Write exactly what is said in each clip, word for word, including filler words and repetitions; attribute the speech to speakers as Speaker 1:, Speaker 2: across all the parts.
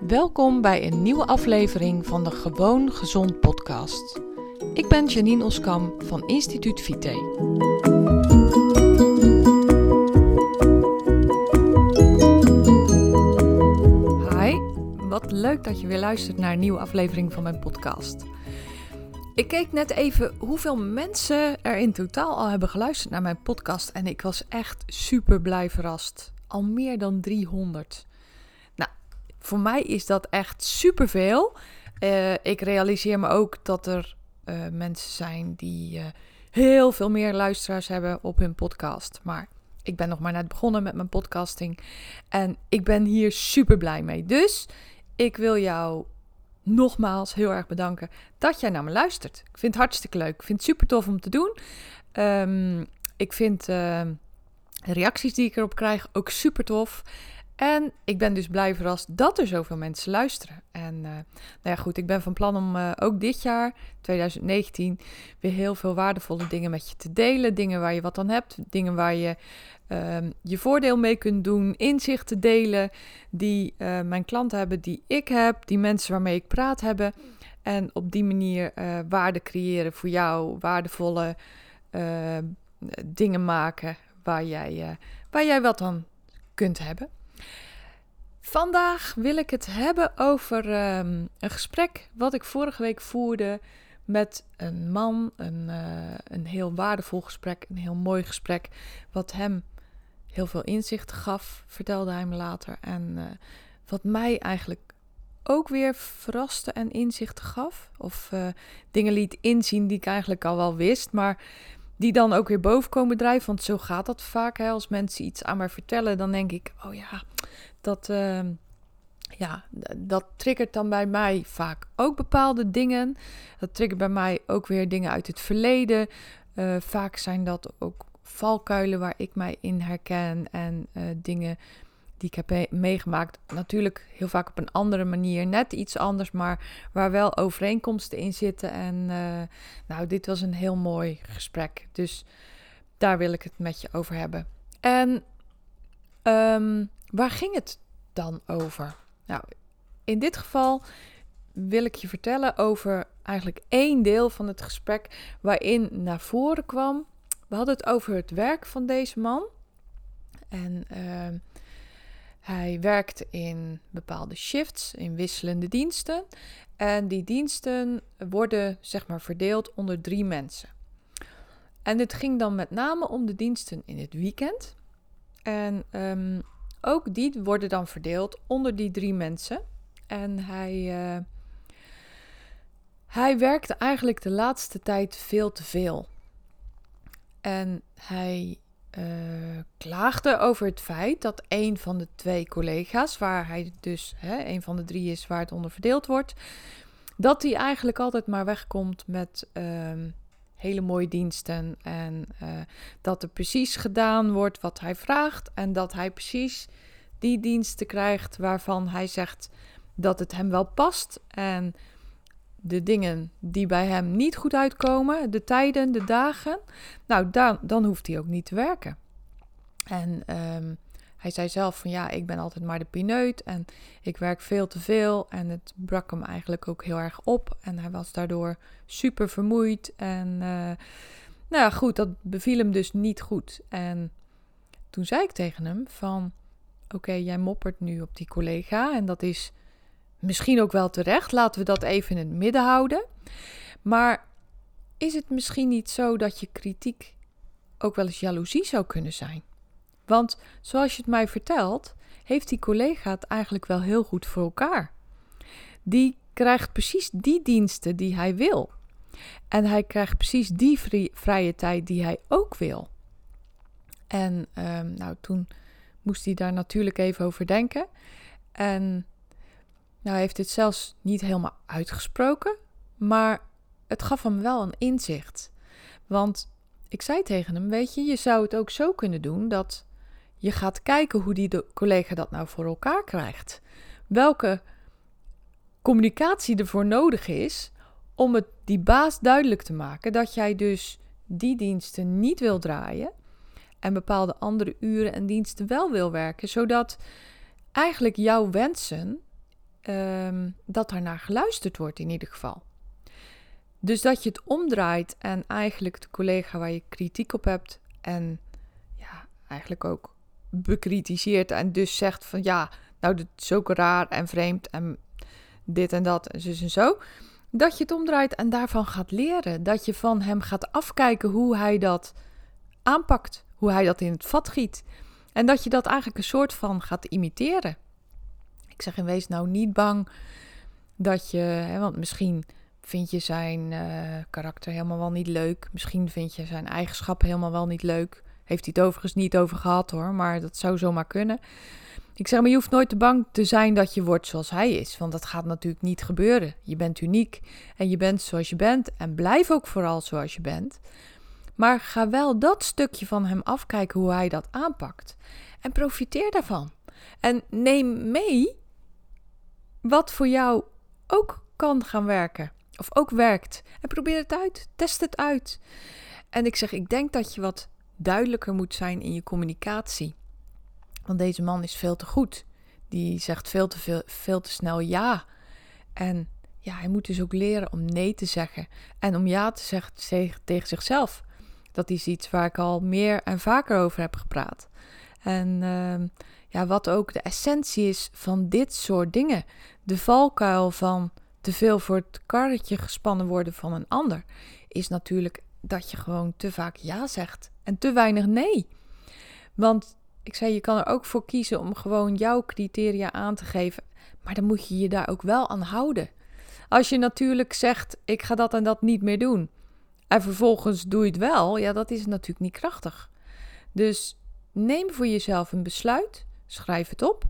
Speaker 1: Welkom bij een nieuwe aflevering van de Gewoon Gezond podcast. Ik ben Janine Oskam van Instituut Vite. Hi, wat leuk dat je weer luistert naar een nieuwe aflevering van mijn podcast. Ik keek net even hoeveel mensen er in totaal al hebben geluisterd naar mijn podcast en ik was echt super blij verrast. Al meer dan driehonderd. Nou, voor mij is dat echt superveel. Uh, ik realiseer me ook dat er uh, mensen zijn die uh, heel veel meer luisteraars hebben op hun podcast. Maar ik ben nog maar net begonnen met mijn podcasting en ik ben hier super blij mee. Dus ik wil jou nogmaals heel erg bedanken dat jij naar me luistert. Ik vind het hartstikke leuk. Ik vind het super tof om te doen. Um, ik vind uh, de reacties die ik erop krijg ook super tof. En ik ben dus blij verrast dat er zoveel mensen luisteren. En uh, nou ja, goed, ik ben van plan om uh, ook dit jaar, twintig negentien, weer heel veel waardevolle dingen met je te delen. Dingen waar je wat aan hebt, dingen waar je uh, je voordeel mee kunt doen, inzichten delen die uh, mijn klanten hebben, die ik heb, die mensen waarmee ik praat hebben. En op die manier uh, waarde creëren voor jou, waardevolle uh, dingen maken waar jij, uh, waar jij wat aan kunt hebben. Vandaag wil ik het hebben over um, een gesprek wat ik vorige week voerde met een man. Een, uh, een heel waardevol gesprek, een heel mooi gesprek. Wat hem heel veel inzicht gaf, vertelde hij me later. En uh, wat mij eigenlijk ook weer verraste en inzichten gaf. Of uh, dingen liet inzien die ik eigenlijk al wel wist, maar die dan ook weer boven komen drijven. Want zo gaat dat vaak. Hè? Als mensen iets aan mij vertellen, dan denk ik, oh ja, dat, uh, ja, dat triggert dan bij mij vaak ook bepaalde dingen. Dat triggert bij mij ook weer dingen uit het verleden. Uh, vaak zijn dat ook valkuilen waar ik mij in herken. En uh, dingen die ik heb meegemaakt. Natuurlijk heel vaak op een andere manier. Net iets anders, maar waar wel overeenkomsten in zitten. En uh, nou, dit was een heel mooi gesprek. Dus daar wil ik het met je over hebben. En um, waar ging het dan over? Nou, in dit geval wil ik je vertellen over eigenlijk één deel van het gesprek waarin naar voren kwam. We hadden het over het werk van deze man. En uh, hij werkt in bepaalde shifts, in wisselende diensten. En die diensten worden zeg maar verdeeld onder drie mensen. En het ging dan met name om de diensten in het weekend. En um, ook die worden dan verdeeld onder die drie mensen. En hij, uh, hij werkte eigenlijk de laatste tijd veel te veel. En hij uh, klaagde over het feit dat een van de twee collega's, waar hij dus hè, een van de drie is waar het onder verdeeld wordt, dat hij eigenlijk altijd maar wegkomt met Uh, hele mooie diensten en uh, dat er precies gedaan wordt wat hij vraagt en dat hij precies die diensten krijgt waarvan hij zegt dat het hem wel past en de dingen die bij hem niet goed uitkomen, de tijden, de dagen, nou dan, dan hoeft hij ook niet te werken. En um, hij zei zelf van ja, ik ben altijd maar de pineut en ik werk veel te veel en het brak hem eigenlijk ook heel erg op. En hij was daardoor super vermoeid en uh, nou ja, goed, dat beviel hem dus niet goed. En toen zei ik tegen hem van oké, okay, jij moppert nu op die collega en dat is misschien ook wel terecht. Laten we dat even in het midden houden. Maar is het misschien niet zo dat je kritiek ook wel eens jaloezie zou kunnen zijn? Want zoals je het mij vertelt, heeft die collega het eigenlijk wel heel goed voor elkaar. Die krijgt precies die diensten die hij wil. En hij krijgt precies die vri- vrije tijd die hij ook wil. En um, nou, toen moest hij daar natuurlijk even over denken. En nou, hij heeft dit zelfs niet helemaal uitgesproken, maar het gaf hem wel een inzicht. Want ik zei tegen hem, weet je, je zou het ook zo kunnen doen dat je gaat kijken hoe die de collega dat nou voor elkaar krijgt. Welke communicatie ervoor nodig is om het die baas duidelijk te maken dat jij dus die diensten niet wil draaien en bepaalde andere uren en diensten wel wil werken, zodat eigenlijk jouw wensen um, dat er naar geluisterd wordt in ieder geval. Dus dat je het omdraait en eigenlijk de collega waar je kritiek op hebt en ja, eigenlijk ook bekritiseert en dus zegt van ja, nou dit is ook raar en vreemd en dit en dat en zus en zo. Dat je het omdraait en daarvan gaat leren. Dat je van hem gaat afkijken hoe hij dat aanpakt, hoe hij dat in het vat giet. En dat je dat eigenlijk een soort van gaat imiteren. Ik zeg in wees nou niet bang dat je, hè, want misschien vind je zijn uh, karakter helemaal wel niet leuk. Misschien vind je zijn eigenschappen helemaal wel niet leuk. Heeft hij het overigens niet over gehad hoor, maar dat zou zomaar kunnen. Ik zeg maar, je hoeft nooit te bang te zijn dat je wordt zoals hij is. Want dat gaat natuurlijk niet gebeuren. Je bent uniek en je bent zoals je bent. En blijf ook vooral zoals je bent. Maar ga wel dat stukje van hem afkijken hoe hij dat aanpakt. En profiteer daarvan. En neem mee wat voor jou ook kan gaan werken. Of ook werkt. En probeer het uit. Test het uit. En ik zeg, ik denk dat je wat duidelijker moet zijn in je communicatie. Want deze man is veel te goed. Die zegt veel te, veel, veel te snel ja. En ja, hij moet dus ook leren om nee te zeggen. En om ja te zeggen tegen zichzelf. Dat is iets waar ik al meer en vaker over heb gepraat. En uh, ja, wat ook de essentie is van dit soort dingen. De valkuil van te veel voor het karretje gespannen worden van een ander. Is natuurlijk dat je gewoon te vaak ja zegt. En te weinig nee. Want ik zei, je kan er ook voor kiezen om gewoon jouw criteria aan te geven. Maar dan moet je je daar ook wel aan houden. Als je natuurlijk zegt, ik ga dat en dat niet meer doen. En vervolgens doe je het wel. Ja, dat is natuurlijk niet krachtig. Dus neem voor jezelf een besluit. Schrijf het op.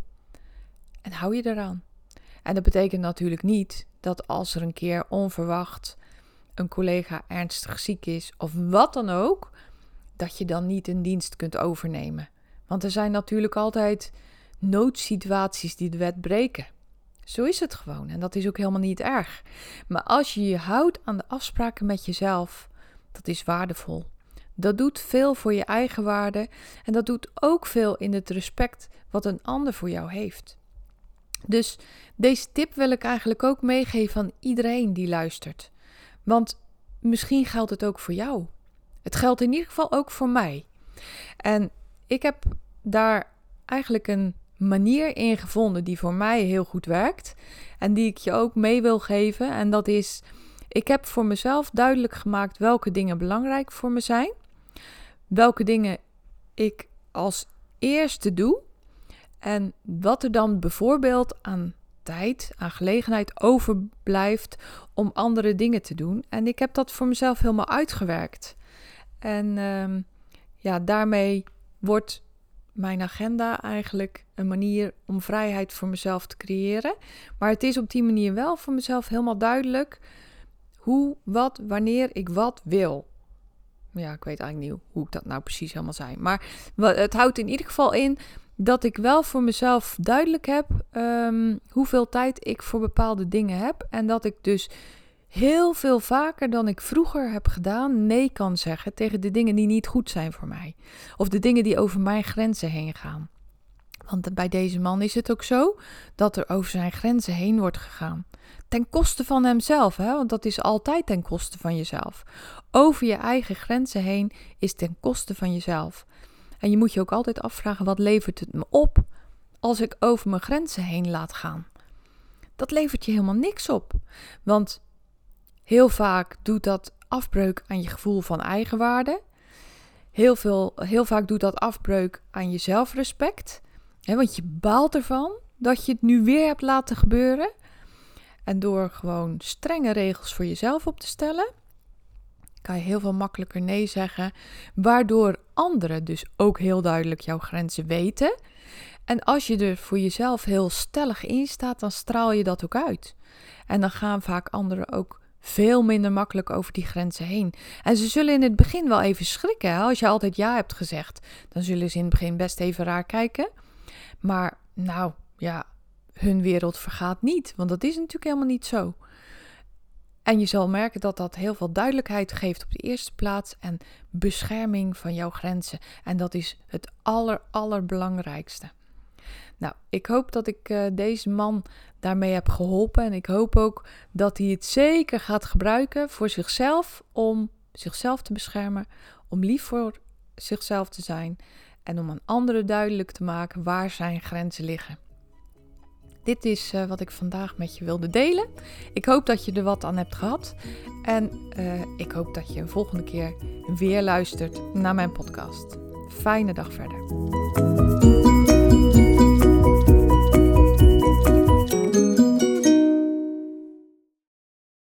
Speaker 1: En hou je eraan. En dat betekent natuurlijk niet dat als er een keer onverwacht een collega ernstig ziek is. Of wat dan ook. Dat je dan niet een dienst kunt overnemen. Want er zijn natuurlijk altijd noodsituaties die de wet breken. Zo is het gewoon en dat is ook helemaal niet erg. Maar als je je houdt aan de afspraken met jezelf, dat is waardevol. Dat doet veel voor je eigen waarde en dat doet ook veel in het respect wat een ander voor jou heeft. Dus deze tip wil ik eigenlijk ook meegeven aan iedereen die luistert. Want misschien geldt het ook voor jou. Het geldt in ieder geval ook voor mij. En ik heb daar eigenlijk een manier in gevonden die voor mij heel goed werkt. En die ik je ook mee wil geven. En dat is, ik heb voor mezelf duidelijk gemaakt welke dingen belangrijk voor me zijn. Welke dingen ik als eerste doe. En wat er dan bijvoorbeeld aan tijd, aan gelegenheid overblijft om andere dingen te doen. En ik heb dat voor mezelf helemaal uitgewerkt. En um, ja, daarmee wordt mijn agenda eigenlijk een manier om vrijheid voor mezelf te creëren. Maar het is op die manier wel voor mezelf helemaal duidelijk hoe, wat, wanneer ik wat wil. Ja, ik weet eigenlijk niet hoe ik dat nou precies helemaal zei. Maar het houdt in ieder geval in dat ik wel voor mezelf duidelijk heb um, hoeveel tijd ik voor bepaalde dingen heb. En dat ik dus heel veel vaker dan ik vroeger heb gedaan nee kan zeggen tegen de dingen die niet goed zijn voor mij. Of de dingen die over mijn grenzen heen gaan. Want bij deze man is het ook zo dat er over zijn grenzen heen wordt gegaan. Ten koste van hemzelf, hè? Want dat is altijd ten koste van jezelf. Over je eigen grenzen heen is ten koste van jezelf. En je moet je ook altijd afvragen, wat levert het me op als ik over mijn grenzen heen laat gaan? Dat levert je helemaal niks op. Want heel vaak doet dat afbreuk aan je gevoel van eigenwaarde. Heel, veel, heel vaak doet dat afbreuk aan je zelfrespect. Hè, want je baalt ervan dat je het nu weer hebt laten gebeuren. En door gewoon strenge regels voor jezelf op te stellen, kan je heel veel makkelijker nee zeggen. Waardoor anderen dus ook heel duidelijk jouw grenzen weten. En als je er voor jezelf heel stellig in staat, dan straal je dat ook uit. En dan gaan vaak anderen ook veel minder makkelijk over die grenzen heen. En ze zullen in het begin wel even schrikken. Hè? Als je altijd ja hebt gezegd, dan zullen ze in het begin best even raar kijken. Maar nou, ja, hun wereld vergaat niet. Want dat is natuurlijk helemaal niet zo. En je zal merken dat dat heel veel duidelijkheid geeft op de eerste plaats. En bescherming van jouw grenzen. En dat is het aller, allerbelangrijkste. Nou, ik hoop dat ik uh, deze man daarmee heb geholpen. En ik hoop ook dat hij het zeker gaat gebruiken voor zichzelf. Om zichzelf te beschermen. Om lief voor zichzelf te zijn. En om aan anderen duidelijk te maken waar zijn grenzen liggen. Dit is uh, wat ik vandaag met je wilde delen. Ik hoop dat je er wat aan hebt gehad. En uh, ik hoop dat je een volgende keer weer luistert naar mijn podcast. Fijne dag verder.